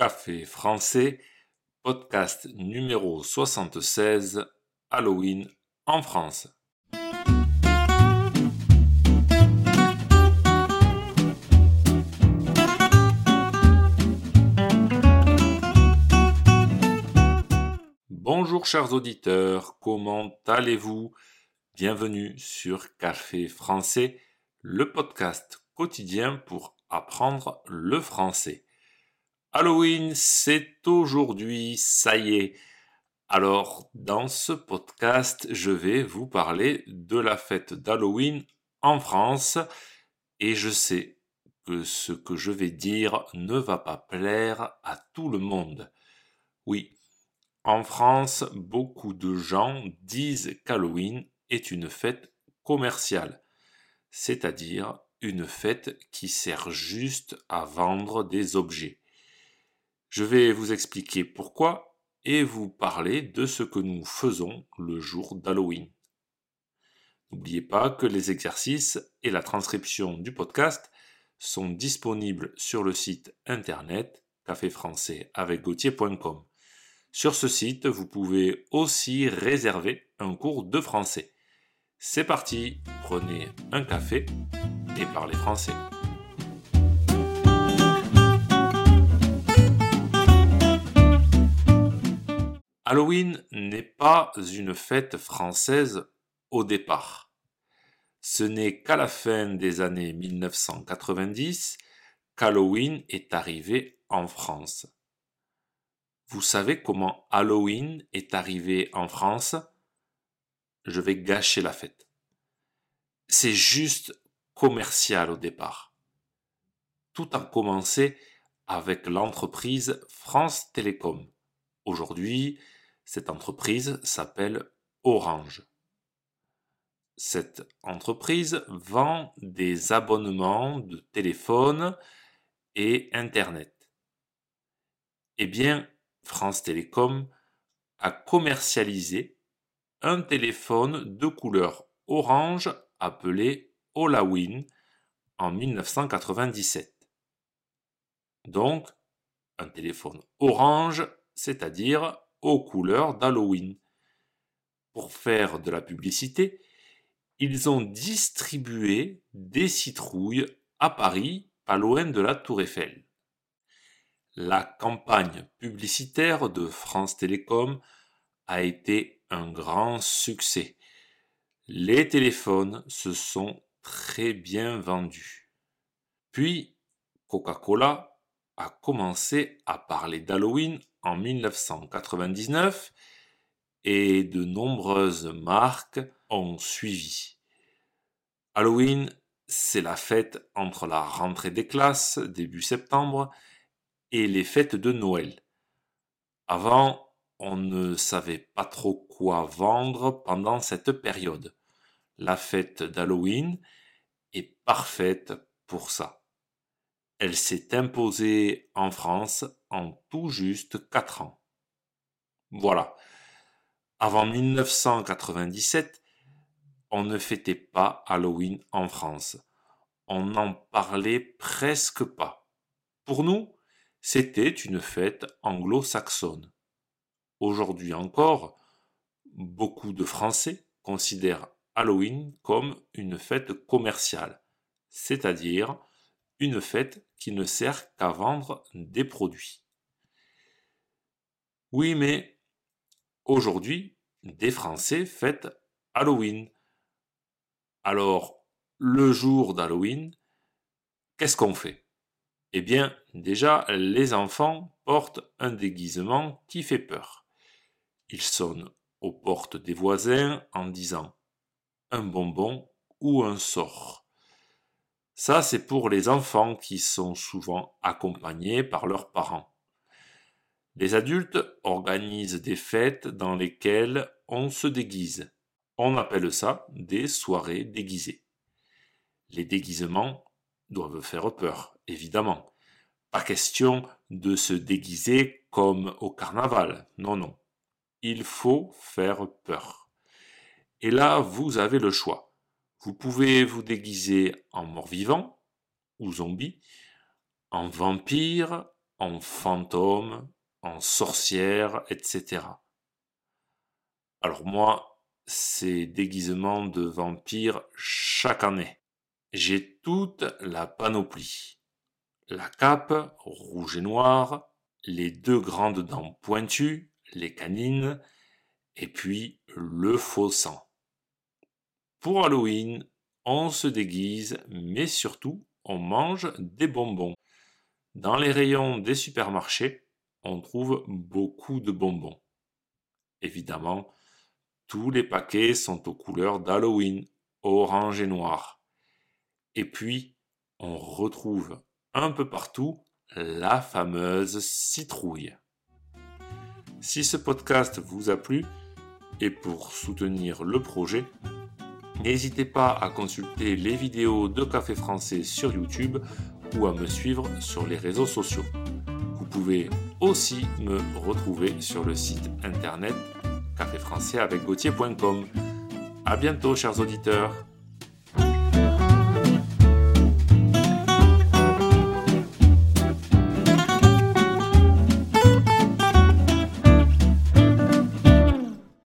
Café français, podcast numéro 76, Halloween en France. Bonjour chers auditeurs, comment allez-vous? Bienvenue sur Café français, le podcast quotidien pour apprendre le français. Halloween, c'est aujourd'hui, ça y est. Alors, dans ce podcast, je vais vous parler de la fête d'Halloween en France et je sais que ce que je vais dire ne va pas plaire à tout le monde. Oui, en France, beaucoup de gens disent qu'Halloween est une fête commerciale, c'est-à-dire une fête qui sert juste à vendre des objets. Je vais vous expliquer pourquoi et vous parler de ce que nous faisons le jour d'Halloween. N'oubliez pas que les exercices et la transcription du podcast sont disponibles sur le site internet caféfrançaisavecgautier.com. Sur ce site, vous pouvez aussi réserver un cours de français. C'est parti, prenez un café et parlez français. Halloween n'est pas une fête française au départ. Ce n'est qu'à la fin des années 1990 qu'Halloween est arrivé en France. Vous savez comment Halloween est arrivé en France? Je vais gâcher la fête. C'est juste commercial au départ. Tout a commencé avec l'entreprise France Télécom. Aujourd'hui, cette entreprise s'appelle Orange. Cette entreprise vend des abonnements de téléphone et Internet. Eh bien, France Télécom a commercialisé un téléphone de couleur orange appelé Halloween en 1997. Donc, un téléphone orange, c'est-à-dire aux couleurs d'Halloween. Pour faire de la publicité, ils ont distribué des citrouilles à Paris, pas loin de la Tour Eiffel. La campagne publicitaire de France Télécom a été un grand succès. Les téléphones se sont très bien vendus. Puis, Coca-Cola a commencé à parler d'Halloween en 1999 et de nombreuses marques ont suivi. Halloween, c'est la fête entre la rentrée des classes, début septembre, et les fêtes de Noël. Avant, on ne savait pas trop quoi vendre pendant cette période. La fête d'Halloween est parfaite pour ça. Elle s'est imposée en France en tout juste 4 ans. Voilà. Avant 1997, on ne fêtait pas Halloween en France. On n'en parlait presque pas. Pour nous, c'était une fête anglo-saxonne. Aujourd'hui encore, beaucoup de Français considèrent Halloween comme une fête commerciale, c'est-à-dire une fête qui ne sert qu'à vendre des produits. Oui, mais aujourd'hui, des Français fêtent Halloween. Alors, le jour d'Halloween, qu'est-ce qu'on fait? Eh bien, déjà, les enfants portent un déguisement qui fait peur. Ils sonnent aux portes des voisins en disant un bonbon ou un sort. Ça, c'est pour les enfants qui sont souvent accompagnés par leurs parents. Les adultes organisent des fêtes dans lesquelles on se déguise. On appelle ça des soirées déguisées. Les déguisements doivent faire peur, évidemment. Pas question de se déguiser comme au carnaval, non. Il faut faire peur. Et là, vous avez le choix. Vous pouvez vous déguiser en mort-vivant ou zombie, en vampire, en fantôme, en sorcière, etc. Alors moi, ces déguisements de vampire chaque année. J'ai toute la panoplie. La cape, rouge et noire, les 2 grandes dents pointues, les canines, et puis le faux sang. Pour Halloween, on se déguise, mais surtout, on mange des bonbons. Dans les rayons des supermarchés, on trouve beaucoup de bonbons. Évidemment, tous les paquets sont aux couleurs d'Halloween, orange et noir. Et puis, on retrouve un peu partout la fameuse citrouille. Si ce podcast vous a plu, et pour soutenir le projet, n'hésitez pas à consulter les vidéos de Café Français sur YouTube ou à me suivre sur les réseaux sociaux. Vous pouvez aussi me retrouver sur le site internet caféfrançaisavecgautier.com. À bientôt, chers auditeurs.